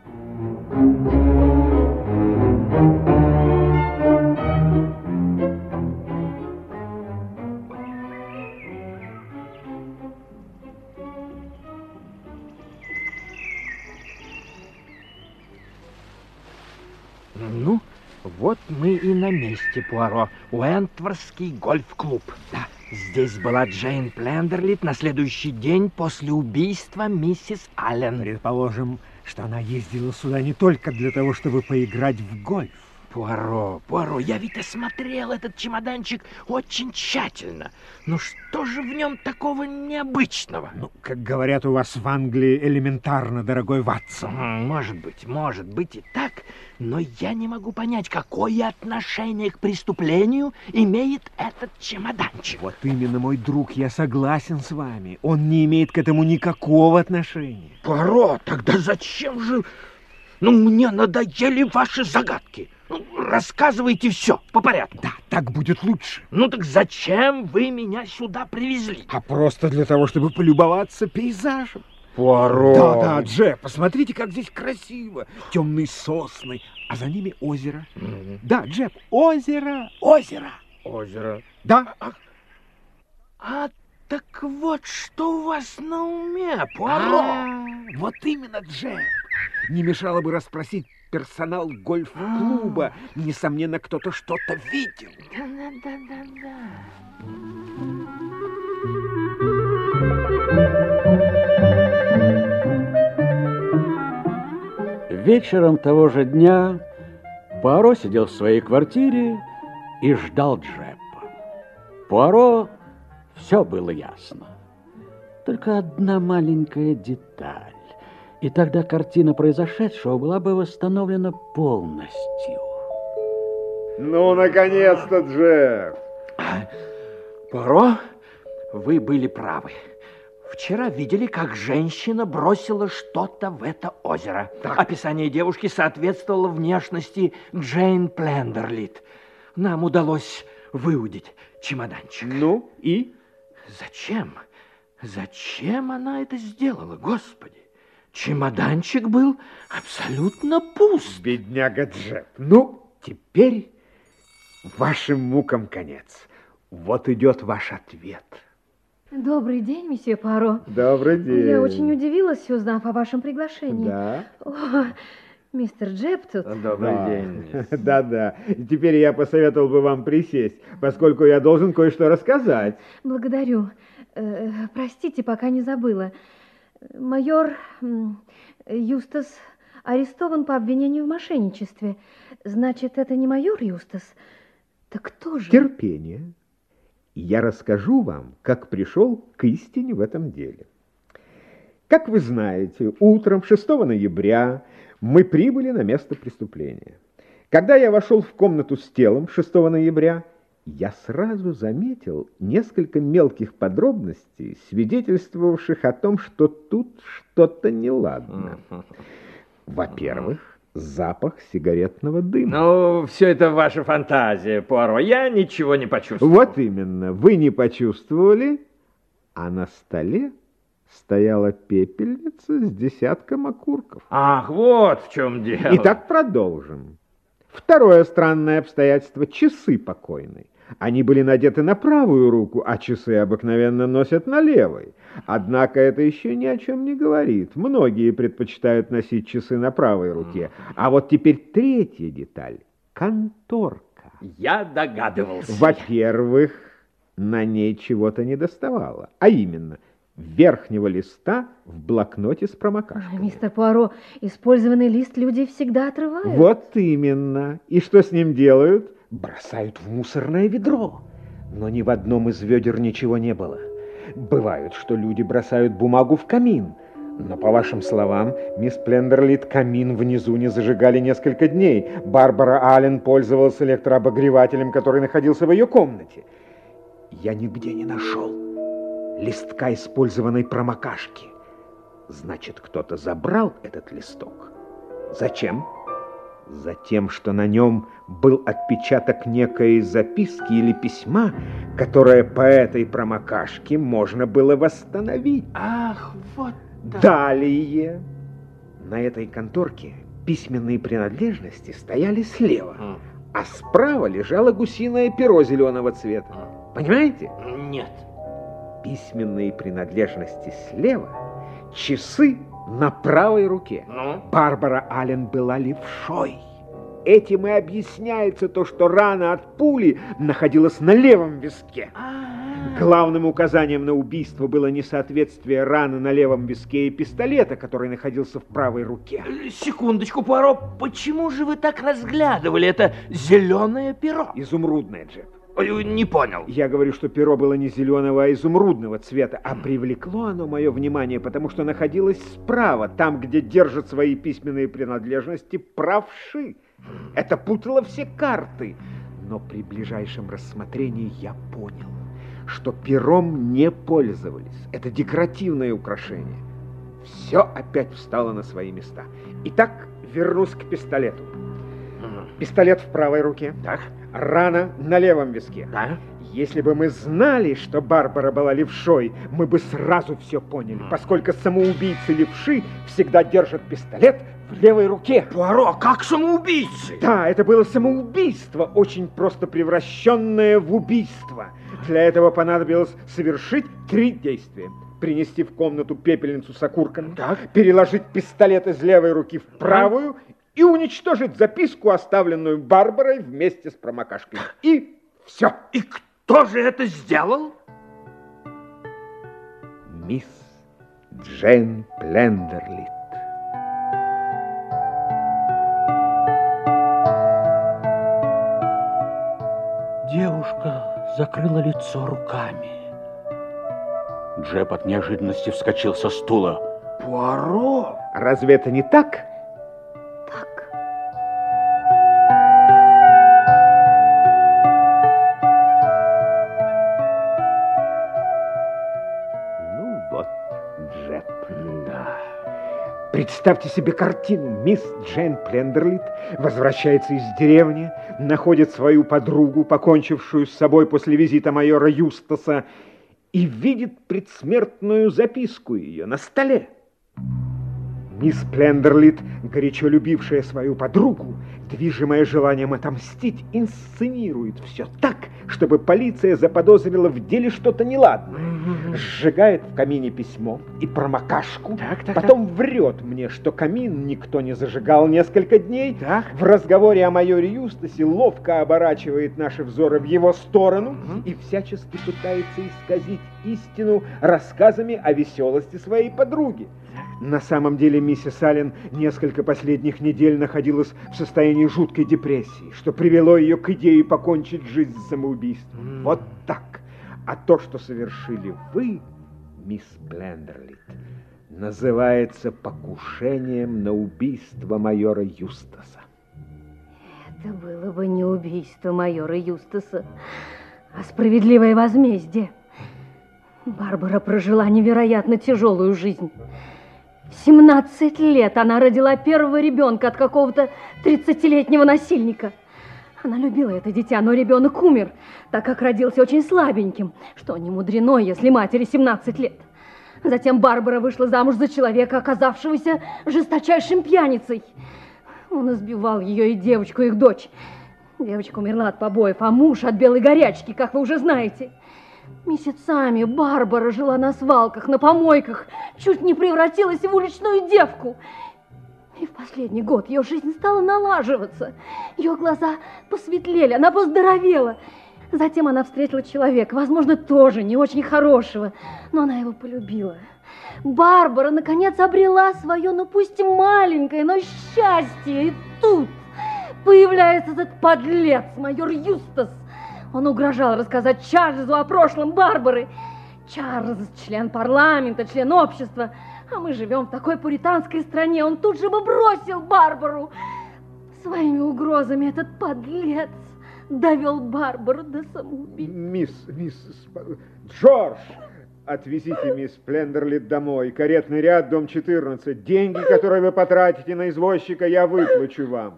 Ну, вот мы и на месте, Пуаро. Уэнтворский гольф-клуб. Да, здесь была Джейн Плендерлит на следующий день после убийства миссис Аллен. Предположим, что она ездила сюда не только для того, чтобы поиграть в гольф. Пуаро, я ведь осмотрел этот чемоданчик очень тщательно. Ну что же в нем такого необычного? Ну, как говорят у вас в Англии, элементарно, дорогой Ватсон. Может быть и так, но я не могу понять, какое отношение к преступлению имеет этот чемоданчик. Вот именно, мой друг, я согласен с вами. Он не имеет к этому никакого отношения. Пуаро, тогда зачем же... Ну, мне надоели ваши загадки. Ну, рассказывайте все по порядку. Да, так будет лучше. Ну так зачем вы меня сюда привезли? А просто для того, чтобы полюбоваться пейзажем. Пуаро! Да, Джеб, посмотрите, как здесь красиво. Темные сосны, а за ними озеро. Да, Джеб, озеро. Озеро? Да. Так вот, что у вас на уме, Пуаро? Вот именно, Джеб. Не мешало бы расспросить персонал гольф-клуба. Несомненно, кто-то что-то видел. Вечером того же дня Пуаро сидел в своей квартире и ждал Джеппа. Пуаро все было ясно. Только одна маленькая деталь. И тогда картина произошедшего была бы восстановлена полностью. Ну, наконец-то, Джефф! Пуаро, вы были правы. Вчера видели, как женщина бросила что-то в это озеро. Так. Описание девушки соответствовало внешности Джейн Плендерлит. Нам удалось выудить чемоданчик. Ну, и? Зачем? Зачем она это сделала, Господи? Чемоданчик был абсолютно пуст. Бедняга Джеб. Ну, теперь вашим мукам конец. Вот идет ваш ответ. Добрый день, месье Пуаро. Добрый день. Я очень удивилась, узнав о вашем приглашении. Да? О, мистер Джеб тут. Добрый день. Да. Теперь я посоветовал бы вам присесть, поскольку я должен кое-что рассказать. Благодарю. Простите, пока не забыла. Майор Юстас арестован по обвинению в мошенничестве. Значит, это не майор Юстас? Так кто же? Терпение. Я расскажу вам, как пришел к истине в этом деле. Как вы знаете, утром 6 ноября мы прибыли на место преступления. Когда я вошел в комнату с телом 6 ноября, я сразу заметил несколько мелких подробностей, свидетельствовавших о том, что тут что-то неладно. Во-первых, запах сигаретного дыма. Ну, все это ваша фантазия, Пуаро. Я ничего не почувствовал. Вот именно. Вы не почувствовали, а на столе стояла пепельница с десятком окурков. Ах, вот в чем дело. Итак, продолжим. Второе странное обстоятельство – часы покойной. Они были надеты на правую руку, а часы обыкновенно носят на левой. Однако это еще ни о чем не говорит. Многие предпочитают носить часы на правой руке. А вот теперь третья деталь – конторка. Я догадывался. Во-первых, на ней чего-то недоставало, а именно верхнего листа в блокноте с промокашками. Мистер Пуаро, использованный лист люди всегда отрывают. Вот именно. И что с ним делают? Бросают в мусорное ведро. Но ни в одном из ведер ничего не было. Бывает, что люди бросают бумагу в камин. Но, по вашим словам, мисс Плендерлит, камин внизу не зажигали несколько дней. Барбара Аллен пользовалась электрообогревателем, который находился в ее комнате. Я нигде не нашел листка использованной промокашки. Значит, кто-то забрал этот листок. Зачем? Затем, что на нем был отпечаток некой записки или письма, которое по этой промокашке можно было восстановить. Ах, вот так. Далее. На этой конторке письменные принадлежности стояли слева, а справа лежало гусиное перо зеленого цвета. Понимаете? Нет. Письменные принадлежности слева, часы на правой руке. Барбара Аллен была левшой. Этим и объясняется то, что рана от пули находилась на левом виске. Главным указанием на убийство было несоответствие раны на левом виске и пистолета, который находился в правой руке. Секундочку, Пуаро, почему же вы так разглядывали это зеленое перо? Изумрудное, Джеб. Не понял. Я говорю, что перо было не зеленого, а изумрудного цвета, а привлекло оно мое внимание, потому что находилось справа, там, где держат свои письменные принадлежности правши. Это путало все карты. Но при ближайшем рассмотрении я понял, что пером не пользовались. Это декоративное украшение. Все опять встало на свои места. Итак, вернусь к пистолету. Пистолет в правой руке. Так. Рана на левом виске. Да. Если бы мы знали, что Барбара была левшой, мы бы сразу все поняли, поскольку самоубийцы левши всегда держат пистолет в левой руке. Пуаро, как самоубийцы? Да, это было самоубийство, очень просто превращенное в убийство. Для этого понадобилось совершить 3 действия. Принести в комнату пепельницу с окурками, переложить пистолет из левой руки в правую и уничтожить записку, оставленную Барбарой вместе с промокашкой. И все. И кто же это сделал? Мисс Джейн Плендерлит. Девушка закрыла лицо руками. Джеб от неожиданности вскочил со стула. Пуаро! Разве это не так? Так. Ну вот, Джеб. Да. Представьте себе картину. Мисс Джейн Плендерлит возвращается из деревни, находит свою подругу, покончившую с собой после визита майора Юстаса, и видит предсмертную записку ее на столе. Мисс Плендерлит, горячо любившая свою подругу, движимая желанием отомстить, инсценирует все так, чтобы полиция заподозрила в деле что-то неладное. Сжигает в камине письмо и промокашку, потом врет мне, что камин никто не зажигал несколько дней. В разговоре о майоре Юстасе ловко оборачивает наши взоры в его сторону и всячески пытается исказить истину рассказами о веселости своей подруги. На самом деле миссис Аллен несколько последних недель находилась в состоянии жуткой депрессии, что привело ее к идее покончить жизнь самоубийством. Вот так. А то, что совершили вы, мисс Блендерлит, называется покушением на убийство майора Юстаса. Это было бы не убийство майора Юстаса, а справедливое возмездие. Барбара прожила невероятно тяжелую жизнь. В 17 лет она родила первого ребенка от какого-то 30-летнего насильника. Она любила это дитя, но ребенок умер, так как родился очень слабеньким, что не мудрено, если матери 17 лет. Затем Барбара вышла замуж за человека, оказавшегося жесточайшим пьяницей. Он избивал ее и девочку, их дочь. Девочка умерла от побоев, а муж от белой горячки, как вы уже знаете. Месяцами Барбара жила на свалках, на помойках, чуть не превратилась в уличную девку. И в последний год ее жизнь стала налаживаться. Ее глаза посветлели, она поздоровела. Затем она встретила человека, возможно, тоже не очень хорошего, но она его полюбила. Барбара, наконец, обрела свое, ну пусть и маленькое, но счастье. И тут появляется этот подлец, майор Юстас. Он угрожал рассказать Чарльзу о прошлом Барбары. Чарльз – член парламента, член общества. А мы живем в такой пуританской стране. Он тут же бы бросил Барбару. Своими угрозами этот подлец довел Барбару до самоубийства. Мисс... Джордж! Отвезите мисс Блендерлит домой. Каретный ряд, дом 14. Деньги, которые вы потратите на извозчика, я выплачу вам.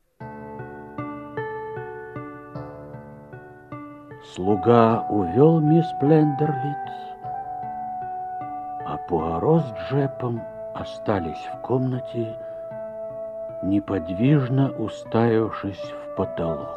Слуга увел мисс Блендерлит, а Пуаро с Джепом остались в комнате, неподвижно уставившись в потолок.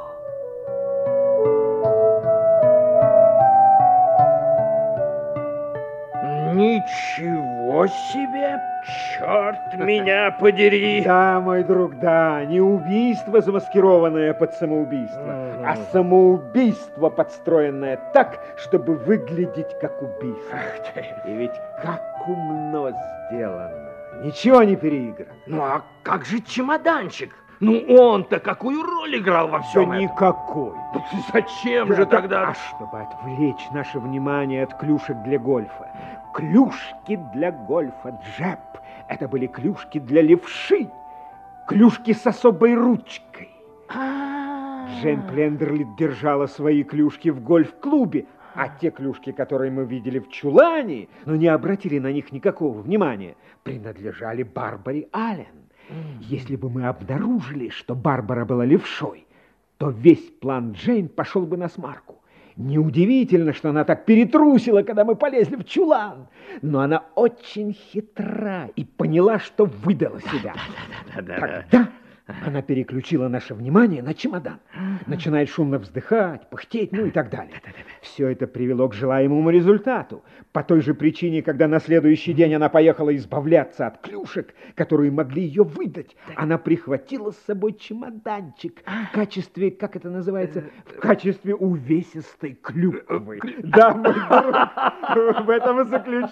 Ничего себе! Черт меня подери! Да, мой друг, да. Не убийство, замаскированное под самоубийство, а самоубийство, подстроенное так, чтобы выглядеть как убийство. И ведь как умно сделано. Ничего не переиграно. Ну а как же чемоданчик? Ну он-то какую роль играл во всем этом? Никакой. Зачем же тогда? А чтобы отвлечь наше внимание от клюшек для гольфа. Клюшки для гольфа, Джеб. Это были клюшки для левши. Клюшки с особой ручкой. Джейн Блендерлит держала свои клюшки в гольф-клубе, а те клюшки, которые мы видели в чулане, но не обратили на них никакого внимания, принадлежали Барбаре Аллен. Если бы мы обнаружили, что Барбара была левшой, то весь план Джейн пошел бы на смарку. Неудивительно, что она так перетрусила, когда мы полезли в чулан. Но она очень хитра и поняла, что выдала себя. Тогда она переключила наше внимание на чемодан. Начинает шумно вздыхать, пыхтеть, ну и так далее. Все это привело к желаемому результату. По той же причине, когда на следующий день она поехала избавляться от клюшек, которые могли ее выдать, она прихватила с собой чемоданчик в качестве, как это называется, в качестве увесистой клюквы. Да, мой друг, в этом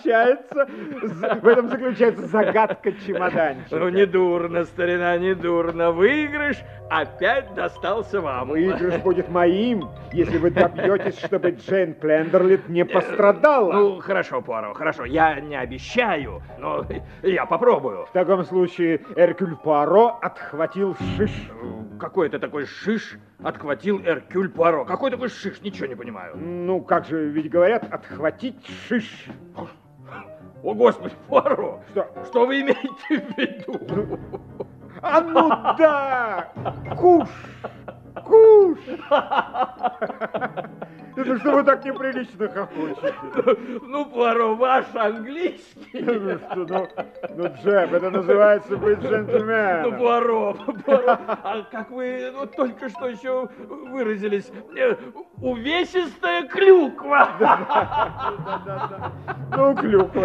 заключается загадка чемоданчика. Ну, не дурно, старина, не дурно. Выигрыш опять достался вам. Выигрыш будет моим, если вы добьетесь, чтобы Джейн Блендерлит не пострадала. Ну, хорошо, Пуаро, хорошо. Я не обещаю, но я попробую. В таком случае Эркюль Пуаро отхватил шиш. Какой это такой шиш отхватил Эркюль Пуаро? Какой такой шиш? Ничего не понимаю. Ну, как же, ведь говорят, отхватить шиш. О, Господи, Пуаро! Что вы имеете в виду? А ну да! Куш! Куш! Это что вы так неприлично хохочете? Ну, Пуаро, ваш английский. Ну что, Джеб, это называется быть джентльменом. Ну, Пуаро, а как вы только что еще выразились, увесистая клюква. Да. Ну, клюква.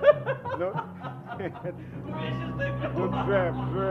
Увесистая клюква. Ну, Джеб.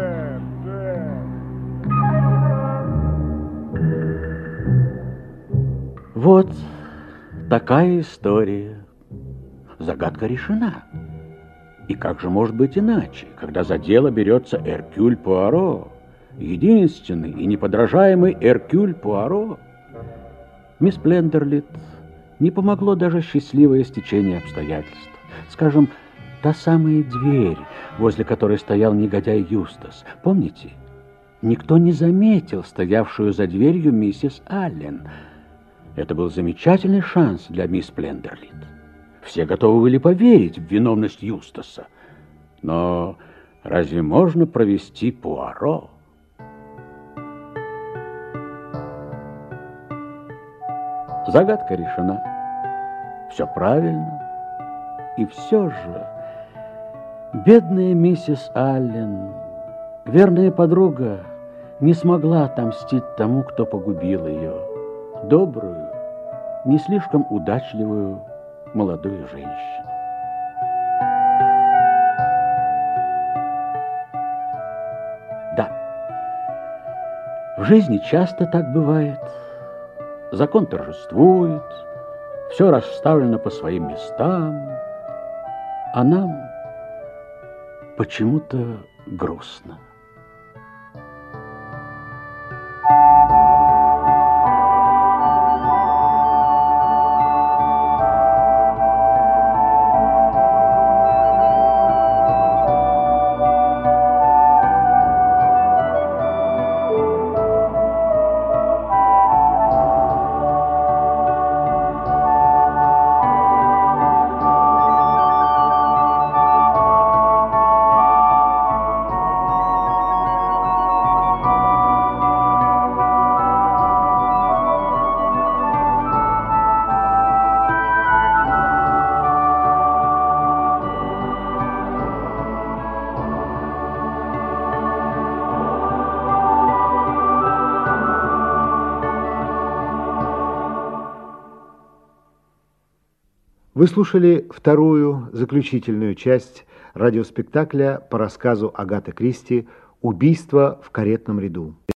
Вот такая история. Загадка решена. И как же может быть иначе, когда за дело берется Эркюль Пуаро, единственный и неподражаемый Эркюль Пуаро? Мисс Плендерлит не помогло даже счастливое стечение обстоятельств. Скажем, та самая дверь, возле которой стоял негодяй Юстас. Помните? Никто не заметил стоявшую за дверью миссис Аллен. Это был замечательный шанс для мисс Плендерлит. Все готовы были поверить в виновность Юстаса. Но разве можно провести Пуаро? Загадка решена. Все правильно. И все же, бедная миссис Аллен, верная подруга, не смогла отомстить тому, кто погубил ее. Добрую, не слишком удачливую молодую женщину. Да, в жизни часто так бывает. Закон торжествует, все расставлено по своим местам, а нам почему-то грустно. Вы слушали вторую, заключительную часть радиоспектакля по рассказу Агаты Кристи «Убийство в каретном ряду».